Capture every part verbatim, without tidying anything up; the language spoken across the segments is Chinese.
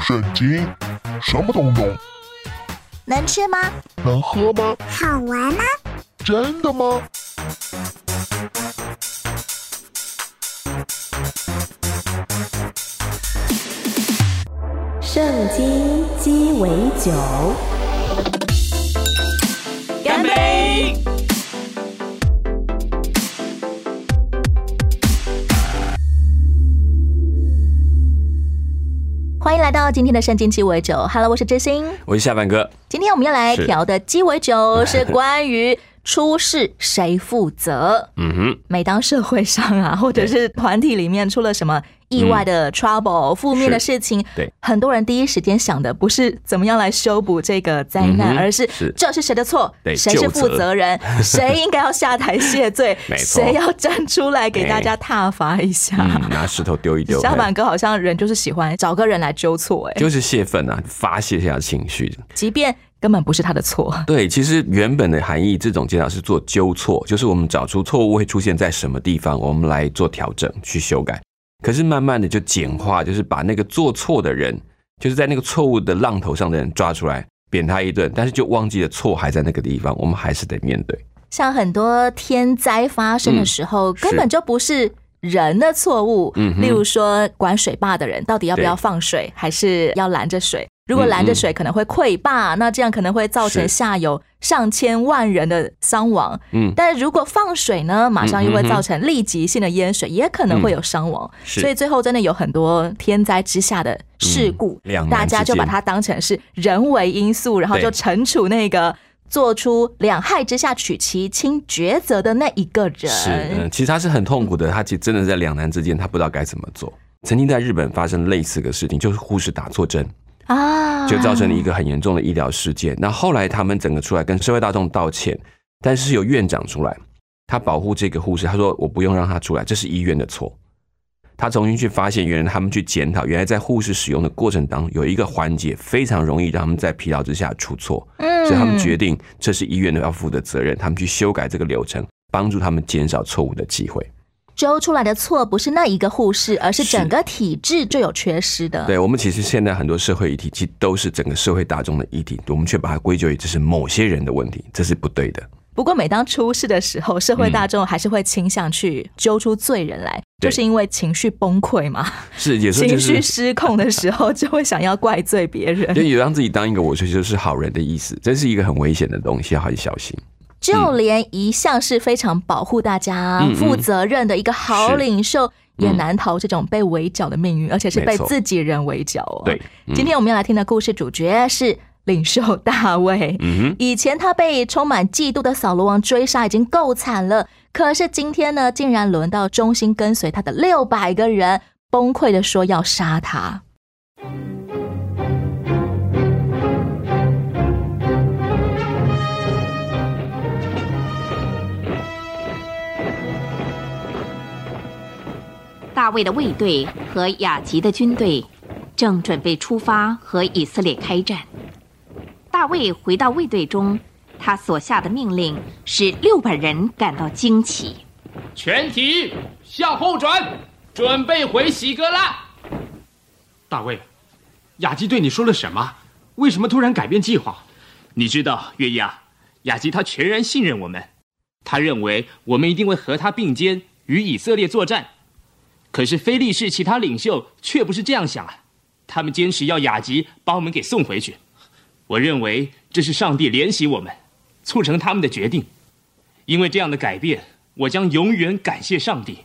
圣经，什么东东？ 能吃吗？ 能喝吗？ 好玩吗？ 真的吗？ 圣经鸡尾酒， 干杯！ 欢迎来到今天的圣经鸡尾酒。Hello， 我是知心， 我是下半哥。 今天我们要来调的鸡尾酒是关于出事谁负责。 嗯哼， 每当社会上啊，或者是团体里面出了什么意外的 trouble、嗯、负面的事情， 对， 很多人第一时间想的不是怎么样来修补这个灾难，嗯、而是这是谁的错，谁是负责人，谁应该要下台谢罪，谁要站出来给大家挞伐一下， 嗯、拿石头丢一丢。 小板哥好像人就是喜欢找个人来纠错，哎， 就是泄愤啊，发泄一下情绪， 即便根本不是他的错。 对，其实原本的含义，这种介绍是做纠错，就是我们找出错误会出现在什么地方，我们来做调整去修改。可是慢慢的就简化，就是把那个做错的人，就是在那个错误的浪头上的人抓出来，扁他一顿，但是就忘记了错还在那个地方，我们还是得面对。 像很多天灾发生的时候，嗯、根本就不是人的错误，嗯、例如说管水坝的人到底要不要放水，还是要拦着水？如果拦着水可能会溃坝，嗯嗯，那这样可能会造成下游上千万人的伤亡。嗯，但是如果放水呢，马上又会造成立即性的淹水，嗯、也可能会有伤亡。嗯、所以最后真的有很多天灾之下的事故，嗯、大家就把它当成是人为因素，然后就惩处那个做出两害之下取其轻抉择的那一个人。 是，嗯，其实他是很痛苦的，他其实真的在两难之间，他不知道该怎么做。曾经在日本发生类似的事情，就是护士打错针。啊，就造成了一个很严重的医疗事件。那后来他们整个出来跟社会大众道歉，但是有院长出来，他保护这个护士，他说我不用让他出来，这是医院的错。他重新去发现，原来他们去检讨，原来在护士使用的过程当中有一个环节非常容易让他们在疲劳之下出错，嗯，所以他们决定这是医院的要负的责任，他们去修改这个流程，帮助他们减少错误的机会。 揪出来的错不是那一个护士，而是整个体制就有缺失的。 对，我们其实现在很多社会议题其实都是整个社会大众的议题，我们却把它归咎于这是某些人的问题，这是不对的。 不过每当出事的时候，社会大众还是会倾向去揪出罪人来，嗯、就是因为情绪崩溃嘛。 是，有时候、就是、 情绪失控的时候，就会想要怪罪别人， 就有让自己当一个我就是好人的意思，这是一个很危险的东西，要很小心。 就连一向是非常保护大家、嗯、负责任的一个好领袖，嗯、也难逃这种被围剿的命运，而且是被自己人围剿哦。 对，嗯、 今天我们要来听的故事主角是领袖大卫。嗯、以前他被充满嫉妒的扫罗王追杀已经够惨了，可是今天呢，竟然轮到忠心跟随他的六百个人崩溃的说要杀他。 大卫的卫队和亚吉的军队正准备出发和以色列开战。大卫回到卫队中，他所下的命令使六百人感到惊奇。 全体向后转，准备回喜革拉。 大卫，亚吉对你说了什么？为什么突然改变计划？ 你知道，约押，亚吉他全然信任我们，他认为我们一定会和他并肩与以色列作战。可是非利士其他领袖却不是这样想啊，他们坚持要亚吉把我们给送回去。我认为这是上帝怜惜我们，促成他们的决定。因为这样的改变，我将永远感谢上帝。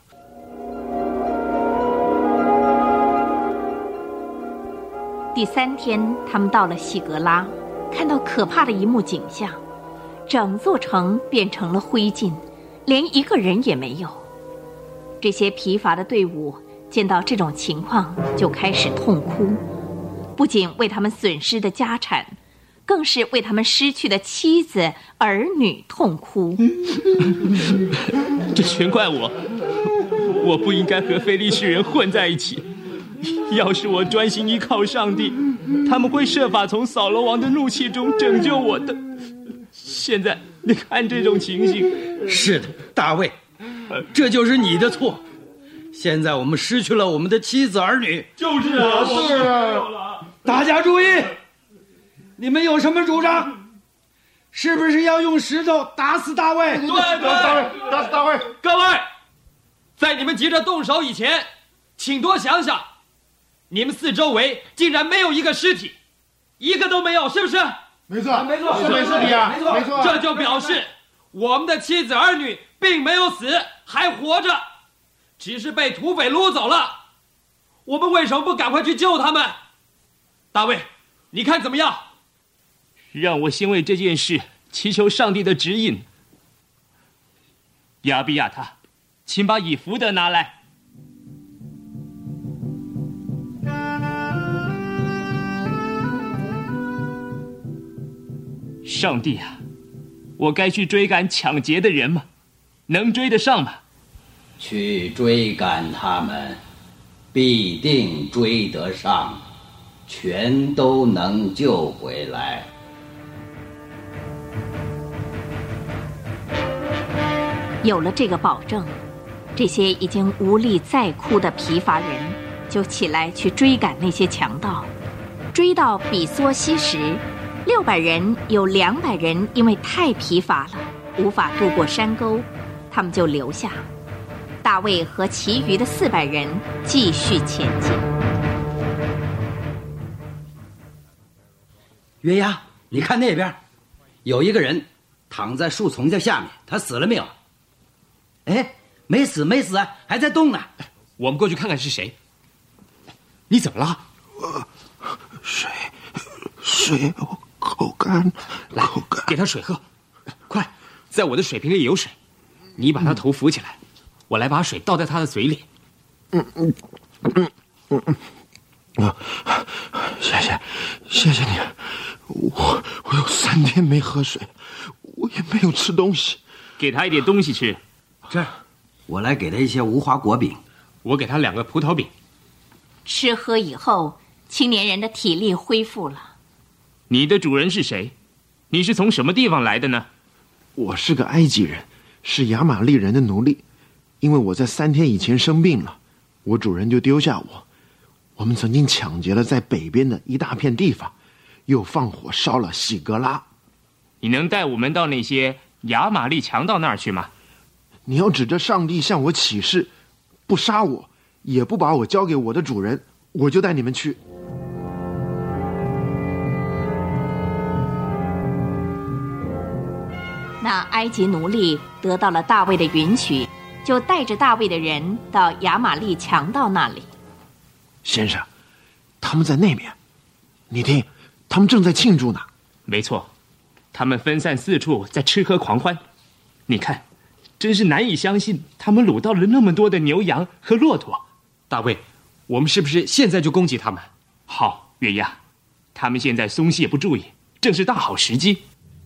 第三天，他们到了喜革拉，看到可怕的一幕景象，整座城变成了灰烬，连一个人也没有。这些疲乏的队伍见到这种情况就开始痛哭，不仅为他们损失的家产，更是为他们失去的妻子儿女痛哭。 这全怪我，我不应该和非利士人混在一起。要是我专心依靠上帝，他们会设法从扫罗王的怒气中拯救我的。现在你看这种情形。 是的，大卫，这就是你的错。现在我们失去了我们的妻子儿女。 就是啊，是啊。 大家注意，你们有什么主张？是不是要用石头打死大卫？ 对对，大卫，打死大卫！各位，在你们急着动手以前，请多想想，你们四周围竟然没有一个尸体，一个都没有，是不是？ 没错， 没错， 是没尸体啊，没错，没错。 这就表示我们的妻子儿女并没有死，还活着，只是被土匪掳走了。我们为什么不赶快去救他们？大卫，你看怎么样？ 让我先为这件事祈求上帝的指引。亚比亚他，请把以弗得拿来。上帝啊，我该去追赶抢劫的人吗？能追得上吗？ 去追赶他们，必定追得上，全都能救回来。 有了这个保证，这些已经无力再哭的疲乏人就起来去追赶那些强盗。追到比梭西时，六百人有两百人因为太疲乏了，无法渡过山沟，他们就留下。大卫和其余的四百人继续前进。 约押，你看那边，有一个人躺在树丛的下面，他死了没有？哎，没死没死，还在动呢。 我们过去看看是谁。你怎么了？ 呃，水，水，我口干， 来，给他水喝。快，在我的水瓶里有水，你把他头扶起来，我来把水倒在他的嘴里。 嗯嗯嗯嗯嗯，啊，谢谢，谢谢你。我我有三天没喝水，我也没有吃东西。 给他一点东西吃。 这儿，我来给他一些无花果饼。 我给他两个葡萄饼。 吃喝以后，青年人的体力恢复了。 你的主人是谁？你是从什么地方来的呢？ 我是个埃及人，是亚玛力人的奴隶。因为我在三天以前生病了，我主人就丢下我。我们曾经抢劫了在北边的一大片地方，又放火烧了喜格拉。 你能带我们到那些亚玛力强盗那儿去吗？ 你要指着上帝向我起誓，不杀我，也不把我交给我的主人，我就带你们去。 那埃及奴隶得到了大卫的允许，就带着大卫的人到亚玛力强盗那里。 先生，他们在那边，你听，他们正在庆祝呢。 没错，他们分散四处，在吃喝狂欢。你看，真是难以相信，他们掳到了那么多的牛羊和骆驼。 大卫，我们是不是现在就攻击他们？ 好，约押，他们现在松懈不注意，正是大好时机。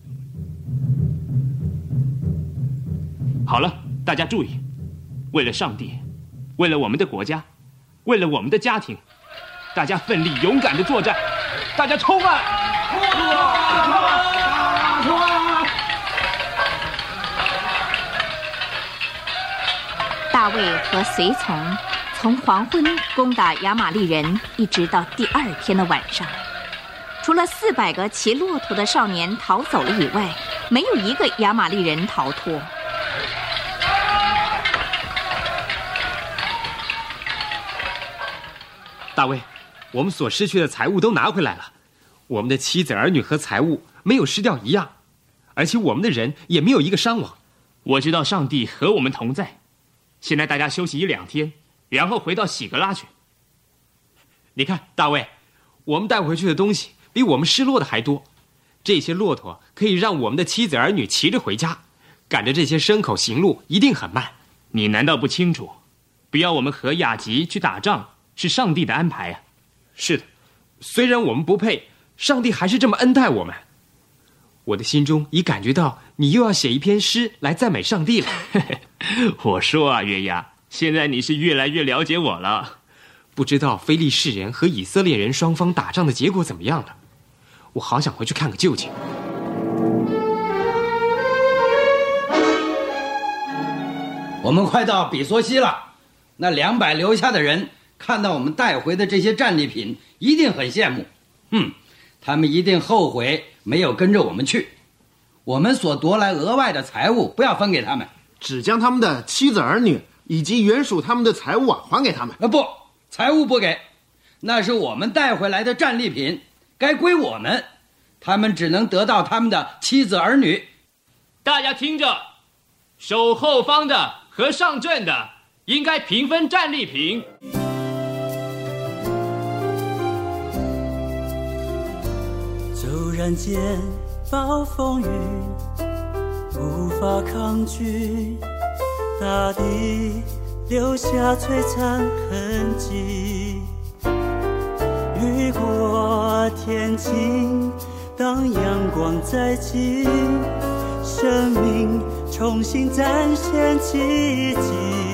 好了，大家注意，为了上帝，为了我们的国家，为了我们的家庭，大家奋力勇敢的作战，大家冲啊！冲啊！冲啊！冲啊！ 大卫和随从从黄昏攻打亚玛力人，一直到第二天的晚上，除了四百个骑骆驼的少年逃走了以外，没有一个亚玛力人逃脱。 大卫，我们所失去的财物都拿回来了，我们的妻子儿女和财物没有失掉一样，而且我们的人也没有一个伤亡。 我知道上帝和我们同在。现在大家休息一两天，然后回到喜格拉去。 你看，大卫，我们带回去的东西比我们失落的还多。这些骆驼可以让我们的妻子儿女骑着回家，赶着这些牲口行路一定很慢。 你难道不清楚，不要我们和雅吉去打仗是上帝的安排啊？ 是的，虽然我们不配，上帝还是这么恩待我们。我的心中已感觉到你又要写一篇诗来赞美上帝了。 我说啊，约押，现在你是越来越了解我了。 不知道非利士人和以色列人双方打仗的结果怎么样了？我好想回去看个究竟。 我们快到比梭西了，那两百留下的人看到我们带回的这些战利品，一定很羡慕。 哼，他们一定后悔没有跟着我们去。我们所夺来额外的财物不要分给他们， 只将他们的妻子儿女以及原属他们的财物啊还给他们。 呃，不，财物不给，那是我们带回来的战利品，该归我们。他们只能得到他们的妻子儿女。 大家听着，守后方的和上阵的应该平分战利品。 骤然间暴风雨，无法抗拒，大地留下璀璨痕迹。雨过天晴，当阳光再起，生命重新展现奇迹。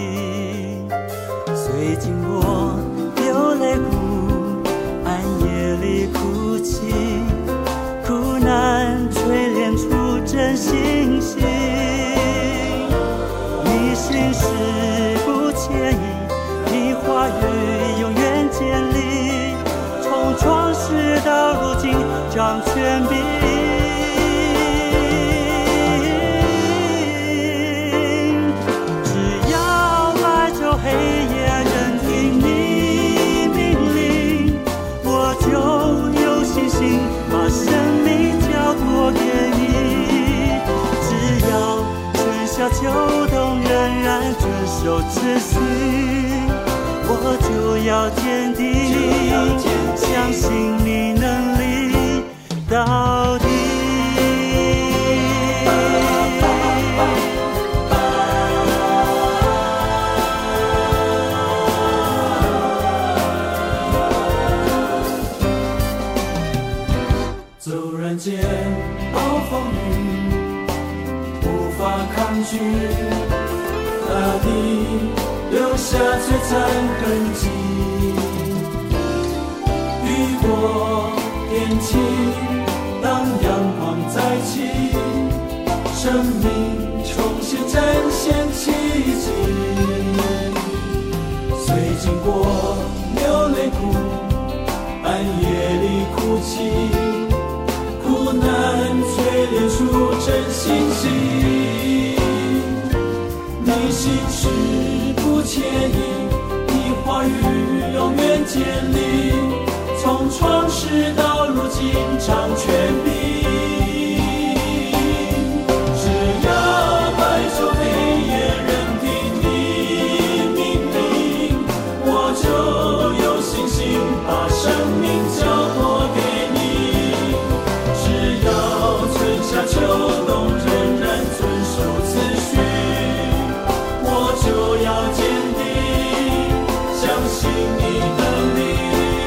虽经过流泪谷，暗夜里哭泣，苦难锤炼出真信心。你心事不迁移，你话语永远坚立，从创世到如今掌权柄。只要白昼黑夜任凭你命令，我就有信心把生命交托给你。只要春夏秋冬仍然遵守秩序，我就要坚定，相信你能力到底。骤然间暴风雨，无法抗拒，大地留下璀璨痕迹。雨过天晴，当阳光再起，生命重新展现奇迹。虽经过流泪谷，暗夜里哭泣，苦难淬炼出真信心。你心事不迁移，你话语永远坚立，从创世到如今掌权柄。只要白昼黑夜任凭你命令，我就有信心把生命交托给你。只要春夏秋冬仍然遵守秩序，我就要坚定，相信你能力。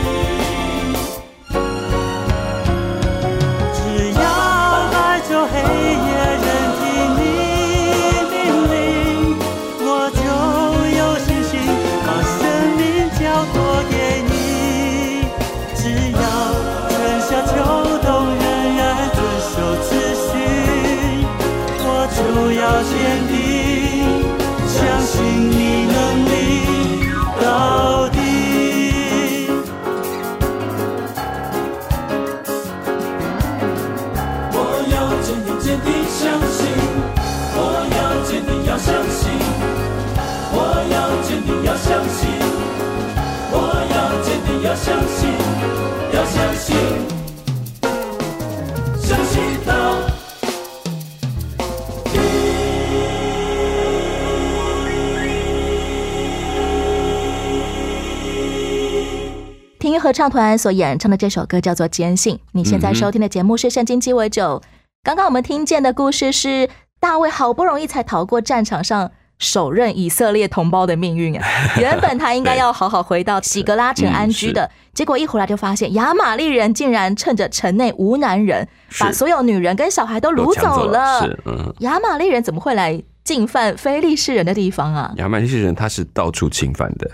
只要白昼黑夜任凭你命令，我就有信心把生命交托给你。只要春夏秋冬仍然遵守秩序，我就要坚定，相信你能力到底。我要坚定坚定相信，我要坚定要相信，我要坚定要相信，我要坚定要相信，要相信，相信到听乐合唱团所演唱的这首歌叫做《坚信》。你现在收听的节目是《圣经鸡尾酒》。刚刚我们听见的故事是大卫好不容易才逃过战场上手刃以色列同胞的命运啊！原本他应该要好好回到喜格拉城安居的，嗯、结果一回来就发现亚玛力人竟然趁着城内无男人，把所有女人跟小孩都掳走了。 是嗯、 亚玛力人怎么会来进犯非利士人的地方啊？ 亚玛力士人他是到处侵犯的。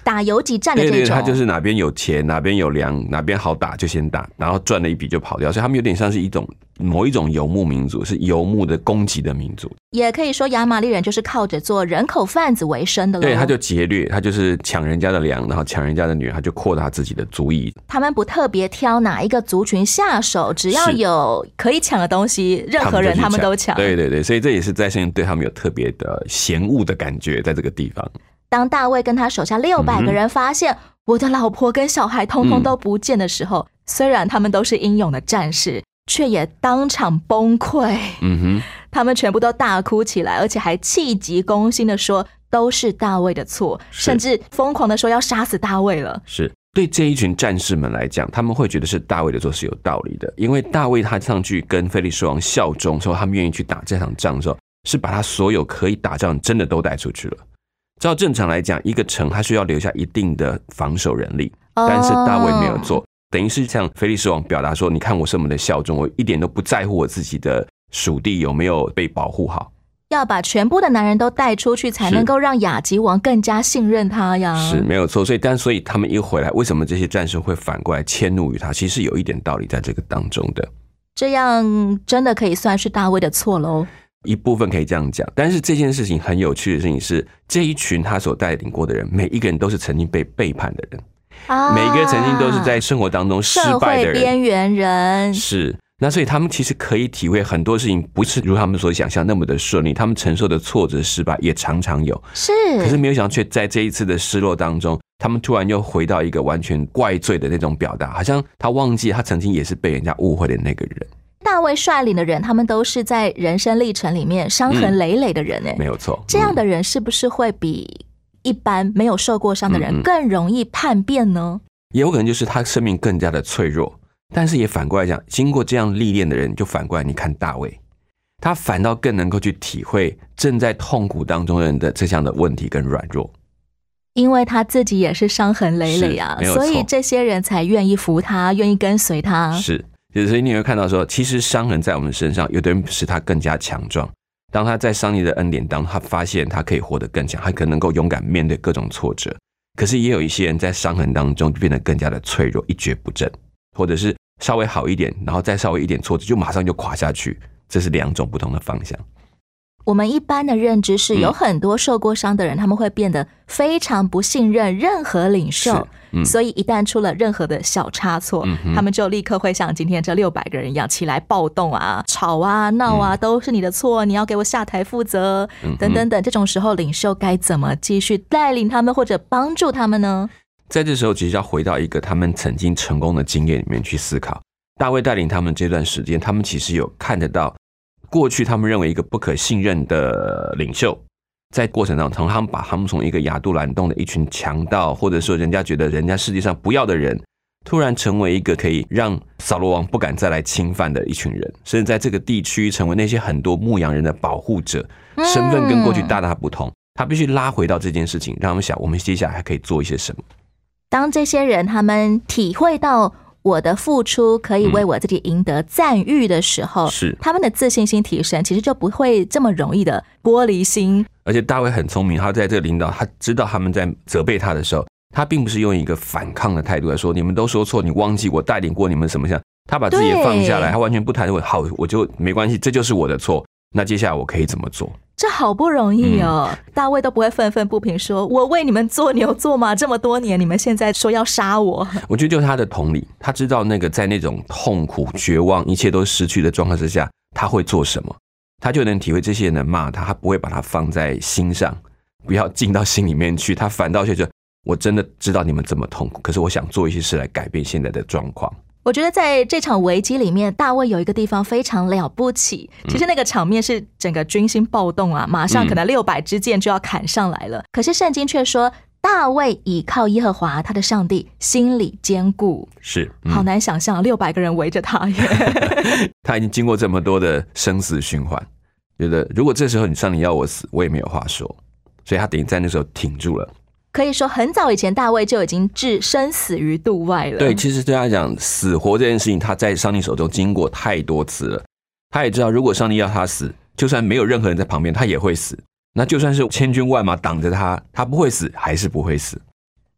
打游击战的这种。 对对，他就是哪边有钱，哪边有粮，哪边好打就先打，然后赚了一笔就跑掉。所以他们有点像是一种某一种游牧民族，是游牧的攻击的民族。 也可以说亚玛力人就是靠着做人口贩子为生的了。 对，他就劫掠，他就是抢人家的粮，然后抢人家的女儿，他就扩大自己的族裔。 他们不特别挑哪一个族群下手，只要有可以抢的东西，任何人他们都抢。 对对对，所以这也是在圣经对他们有特别的嫌恶的感觉，在这个地方。 当大卫跟他手下六百个人发现、嗯、我的老婆跟小孩通通都不见的时候、嗯、虽然他们都是英勇的战士，却也当场崩溃。嗯哼，他们全部都大哭起来，而且还气急攻心的说都是大卫的错，甚至疯狂的说要杀死大卫了。 是，对这一群战士们来讲，他们会觉得是大卫的错是有道理的，因为大卫他上去跟非利士王效忠之后，他们愿意去打这场仗的时候，是把他所有可以打仗真的都带出去了。照正常来讲，一个城它需要留下一定的防守人力，但是大卫没有做，等于是向非利士王表达说，你看我是我们的效忠，我一点都不在乎我自己的属地有没有被保护好， 要把全部的男人都带出去，才能够让亚吉王更加信任他呀。 是没有错，所以但所以他们一回来，为什么这些战士会反过来迁怒于他？其实有一点道理在这个当中的。 这样真的可以算是大卫的错喽？ 一部分可以这样讲，但是这件事情很有趣的事情是，这一群他所带领过的人，每一个人都是曾经被背叛的人，啊、每一个人曾经都是在生活当中失败的人， 社会边缘人。 是，那所以他们其实可以体会很多事情不是如他们所想象那么的顺利，他们承受的挫折失败也常常有， 是， 可是没有想到却在这一次的失落当中，他们突然又回到一个完全怪罪的那种表达，好像他忘记他曾经也是被人家误会的那个人。 大卫率领的人，他们都是在人生历程里面伤痕累累的人、欸嗯、 没有错。 这样的人是不是会比一般没有受过伤的人更容易叛变呢？ 也有可能就是他生命更加的脆弱，但是也反过来讲，经过这样历练的人，就反过来你看大卫，他反倒更能够去体会正在痛苦当中的人的这样的问题跟软弱， 因为他自己也是伤痕累累啊，所以这些人才愿意服他，愿意跟随他。 是，所以你会看到说，其实伤痕在我们身上，有的人使他更加强壮。当他在上帝的恩典当中，他发现他可以活得更强，他可能能够勇敢面对各种挫折。可是也有一些人在伤痕当中就变得更加的脆弱，一蹶不振，或者是稍微好一点，然后再稍微一点挫折就马上就垮下去，这是两种不同的方向。 我们一般的认知是有很多受过伤的人、嗯、他们会变得非常不信任任何领袖、嗯、所以一旦出了任何的小差错、嗯、他们就立刻会像今天这六百个人一样起来暴动啊，吵啊闹啊、嗯、都是你的错，你要给我下台负责、嗯、等等等。这种时候领袖该怎么继续带领他们或者帮助他们呢？ 在这时候其实要回到一个他们曾经成功的经验里面去思考。大卫带领他们这段时间，他们其实有看得到过去他们认为一个不可信任的领袖，在过程当中他们把他们从一个亚杜兰洞的一群强盗，或者说人家觉得人家世界上不要的人，突然成为一个可以让扫罗王不敢再来侵犯的一群人，甚至在这个地区成为那些很多牧羊人的保护者，身份跟过去大大不同。他必须拉回到这件事情，让他们想我们接下来还可以做一些什么。 当这些人他们体会到我的付出可以为我自己赢得赞誉的时候、嗯、是他们的自信心提升，其实就不会这么容易的玻璃心。 而且大卫很聪明，他在这个领导，他知道他们在责备他的时候，他并不是用一个反抗的态度来说你们都说错，你忘记我带领过你们什么像，他把自己放下来，他完全不谈好，我就没关系，这就是我的错，那接下来我可以怎么做。 这好不容易哦、嗯、大卫都不会愤愤不平说我为你们做牛做马这么多年，你们现在说要杀我。 我觉得就是他的同理，他知道那个在那种痛苦绝望一切都失去的状况之下他会做什么，他就能体会这些人骂他，他不会把他放在心上，不要进到心里面去，他反倒觉得我真的知道你们这么痛苦，可是我想做一些事来改变现在的状况。 我觉得在这场危机里面，大卫有一个地方非常了不起，其实那个场面是整个军心暴动啊，马上可能六百支箭就要砍上来了、嗯、可是圣经却说大卫倚靠耶和华他的上帝，心里坚固。 是、 嗯、好难想象六百个人围着他耶他已经经过这么多的生死循环，觉得如果这时候你上帝要我死我也没有话说，所以他等于在那时候挺住了。 可以说很早以前大卫就已经置生死于度外了。 对，其实对他讲死活这件事情他在上帝手中经过太多次了，他也知道如果上帝要他死，就算没有任何人在旁边他也会死，那就算是千军万马挡着他，他不会死还是不会死。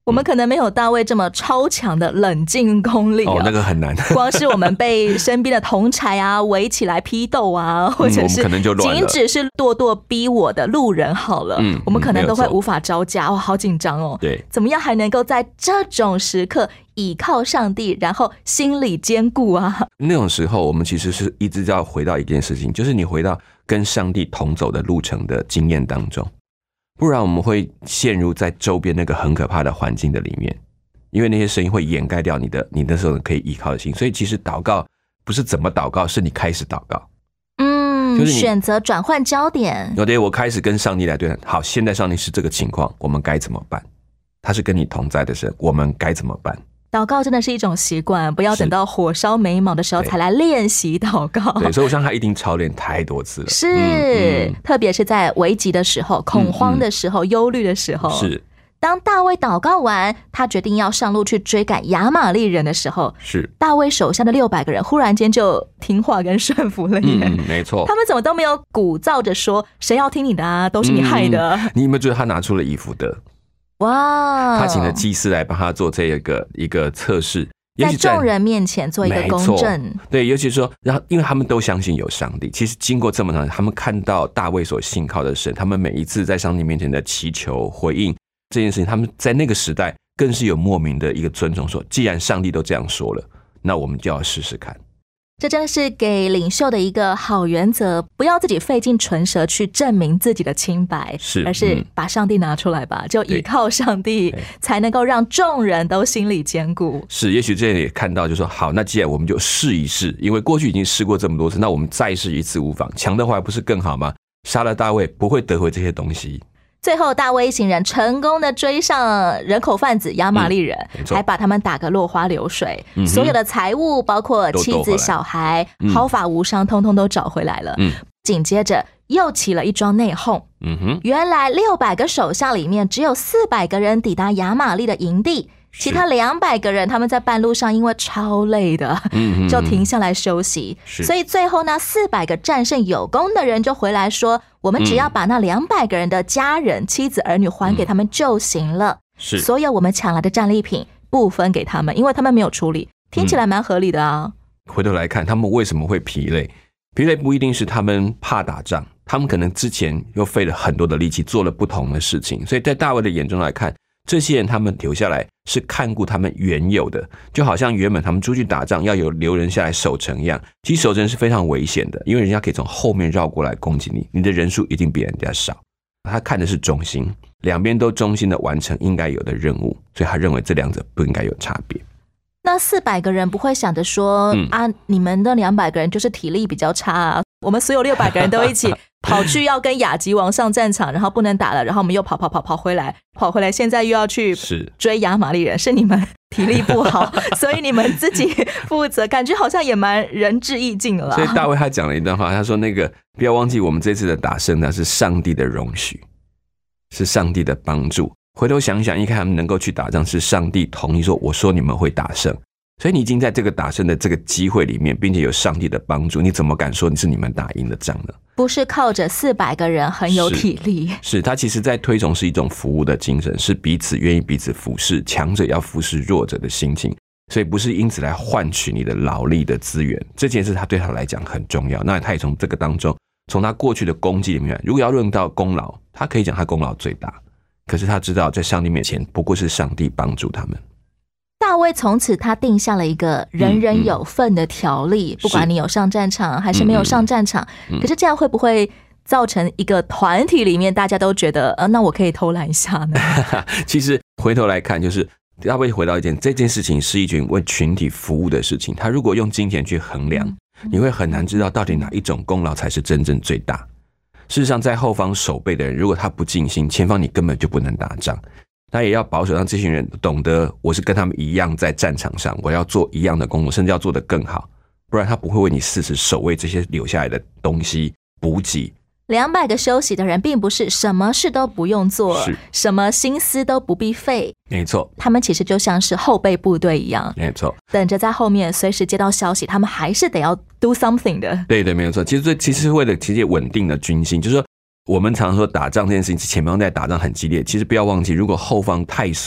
我们可能没有大卫这么超强的冷静功力、啊、 哦，那个很难。 光是我们被身边的同侪啊围起来批斗啊，或者是仅只是咄咄逼我的路人好了，嗯，我们可能都会无法招架。哇，好紧张哦。 对， 怎么样还能够在这种时刻倚靠上帝，然后心理坚固啊？ 那种时候，我们其实是一直要回到一件事情，就是你回到跟上帝同走的路程的经验当中。不然我们会陷入在周边那个很可怕的环境的里面，因为那些声音会掩盖掉你的你那时候可以依靠的心。所以其实祷告不是怎么祷告，是你开始祷告， 嗯，就是选择转换焦点。 有的，我开始跟上帝来对谈。好，现在上帝是这个情况，我们该怎么办？他是跟你同在的神，我们该怎么办？ 祷告真的是一种习惯，不要等到火烧眉毛的时候才来练习祷告。 对，所以我想他一定操练太多次了。 是，嗯嗯、特别是在危急的时候、恐慌的时候、忧虑、嗯嗯、的时候。 是。 当大卫祷告完，他决定要上路去追赶亚玛力人的时候， 是大卫手下的六百个人忽然间就听话跟顺服了耶。 嗯，没错。 他们怎么都没有鼓噪着说谁要听你的啊，都是你害的。 嗯、你有没有觉得他拿出了以弗得？ 哇！ 他请了祭司来帮他做这个一个测试， 在众人面前做一个公正。 对，尤其说，然后因为他们都相信有上帝，其实经过这么长，他们看到大卫所信靠的神，他们每一次在上帝面前的祈求回应这件事情，他们在那个时代更是有莫名的一个尊重，说既然上帝都这样说了，那我们就要试试看。 这真的是给领袖的一个好原则，不要自己费尽唇舌去证明自己的清白， 是， 而是把上帝拿出来吧，就依靠上帝才能够让众人都心里坚固。 是，也许这里也看到就说好，那既然我们就试一试，因为过去已经试过这么多次，那我们再试一次无妨，强的话不是更好吗？杀了大卫不会得回这些东西。 最后大卫一行人成功的追上人口贩子亚玛力人、嗯、还把他们打个落花流水、嗯、所有的财物包括妻子小孩毫发无伤，通通都找回来了。嗯，紧接着又起了一桩内讧。嗯哼，原来六百个手下里面只有四百个人抵达亚玛力的营地，其他两百个人他们在半路上因为超累的、嗯、就停下来休息，所以最后那四百个战胜有功的人就回来说，我们只要把那两百个人的家人、嗯、妻子儿女还给他们就行了、嗯、是，所有我们抢来的战利品不分给他们，因为他们没有处理，听起来蛮合理的啊、 嗯、回头来看他们为什么会疲累，疲累不一定是他们怕打仗，他们可能之前又费了很多的力气做了不同的事情，所以在大卫的眼中来看，这些人他们留下来是看顾他们原有的，就好像原本他们出去打仗要有留人下来守城一样，其实守城是非常危险的，因为人家可以从后面绕过来攻击你，你的人数一定比人家少。他看的是忠心，两边都忠心的完成应该有的任务，所以他认为这两者不应该有差别。 那四百个人不会想着说、嗯、啊，你们的两百个人就是体力比较差啊，我们所有六百个人都一起跑去要跟亚吉王上战场，然后不能打了，然后我们又跑跑跑跑回来，跑回来现在又要去追亚玛力人，是你们体力不好，所以你们自己负责，感觉好像也蛮仁至义尽了。 所以大卫他讲了一段话，他说那个不要忘记我们这次的打胜呢是上帝的容许，是上帝的帮助。回头想想，一看他们能够去打仗是上帝同意说我说你们会打胜，所以你已经在这个打胜的这个机会里面，并且有上帝的帮助，你怎么敢说你是你们打赢的仗呢？ 不是靠着四百个人很有体力， 是, 是他其实在推崇是一种服务的精神，是彼此愿意彼此服侍，强者要服侍弱者的心情，所以不是因此来换取你的劳力的资源，这件事他对他来讲很重要。那他也从这个当中，从他过去的功绩里面，如果要论到功劳，他可以讲他功劳最大，可是他知道在上帝面前不过是上帝帮助他们。 大卫从此他定下了一个人人有份的条例、嗯嗯、不管你有上战场还是没有上战场、嗯嗯、可是这样会不会造成一个团体里面大家都觉得呃，那我可以偷懒一下呢？ 其实回头来看，就是大卫回到一件，这件事情是一群为群体服务的事情，他如果用金钱去衡量、嗯、你会很难知道到底哪一种功劳才是真正最大。事实上在后方守备的人，如果他不尽心，前方你根本就不能打仗。他也要保守，让这群人懂得我是跟他们一样在战场上，我要做一样的工作，甚至要做得更好，不然他不会为你誓死守卫这些留下来的东西补给。 两百个休息的人并不是什么事都不用做，什么心思都不必费， 没错， 他们其实就像是后备部队一样， 没错， 等着在后面随时接到消息，他们还是得要 do something 的。 对对，没有错。其实其实是为了其实稳定的军心，就是说我们常说打仗这件事情，前方在打仗很激烈，其实不要忘记，如果后方太松，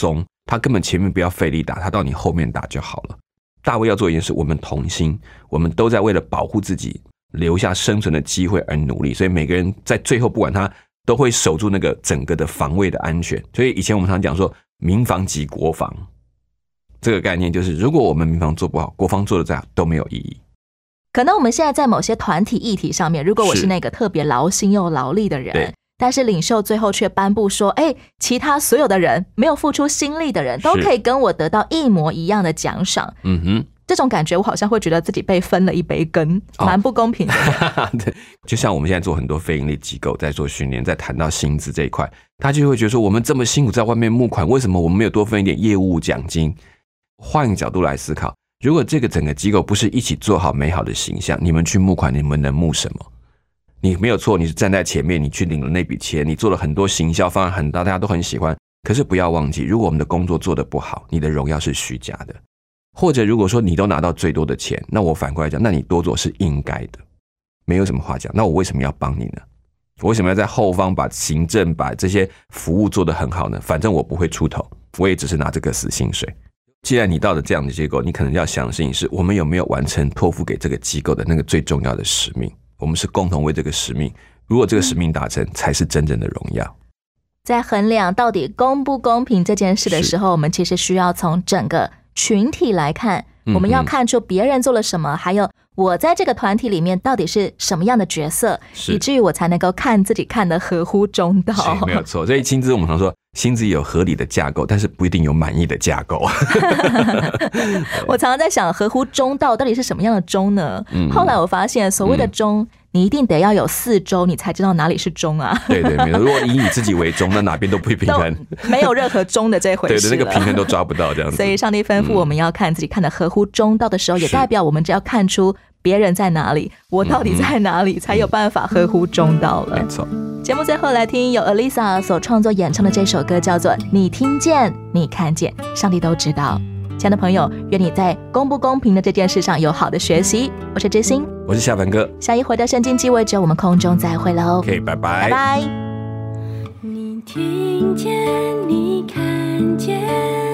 他根本前面不要费力打，他到你后面打就好了。大卫要做一件事，我们同心，我们都在为了保护自己留下生存的机会而努力，所以每个人在最后不管他都会守住那个整个的防卫的安全。所以以前我们常讲说民防即国防，这个概念就是如果我们民防做不好，国防做得再好都没有意义。 可能我们现在在某些团体议题上面，如果我是那个特别劳心又劳力的人，但是领袖最后却颁布说，哎，其他所有的人没有付出心力的人都可以跟我得到一模一样的奖赏。嗯哼，这种感觉我好像会觉得自己被分了一杯羹，蛮不公平的。 对，就像我们现在做很多非营利机构在做训练，在谈到薪资这一块，他就会觉得说，我们这么辛苦在外面募款，为什么我们没有多分一点业务奖金？换个角度来思考，如果这个整个机构不是一起做好美好的形象，你们去募款，你们能募什么？你没有错，你是站在前面，你去领了那笔钱，你做了很多行销方案，很大，大家都很喜欢。可是不要忘记，如果我们的工作做得不好，你的荣耀是虚假的。或者如果说你都拿到最多的钱，那我反过来讲，那你多做是应该的，没有什么话讲。那我为什么要帮你呢？我为什么要在后方把行政把这些服务做得很好呢？反正我不会出头，我也只是拿这个死薪水。既然你到了这样的结构，你可能要想的事情是，我们有没有完成托付给这个机构的那个最重要的使命？我们是共同为这个使命，如果这个使命达成，才是真正的荣耀。 在衡量到底公不公平这件事的时候，我们其实需要从整个群体来看，我们要看出别人做了什么，还有我在这个团体里面到底是什么样的角色，以至于我才能够看自己看得合乎中道。 没有错，所以薪资我们常说薪资有合理的架构，但是不一定有满意的架构。 我常常在想，合乎中道到底是什么样的中呢？嗯、后来我发现，所谓的中、嗯，你一定得要有四周，你才知道哪里是中啊。 对对，没错。如果以你自己为中，那哪边都不会平衡， 没有任何中的这回事了。 对对，那个平衡都抓不到这样子。 所以上帝吩咐我们要看自己看得合乎中道的时候，嗯、也代表我们只要看出别人在哪里，我到底在哪里，嗯、才有办法合乎中道了。 没错。 节目最后来听由 Alisa 所创作演唱的这首歌，叫做《你听见你看见》，上帝都知道。亲爱的朋友，愿你在公不公平的这件事上有好的学习。我是知心， 我是夏凡哥。 下一回的圣经鸡尾酒，我们空中再会喽。 OK， 拜拜， 拜拜。 你听见，你看见。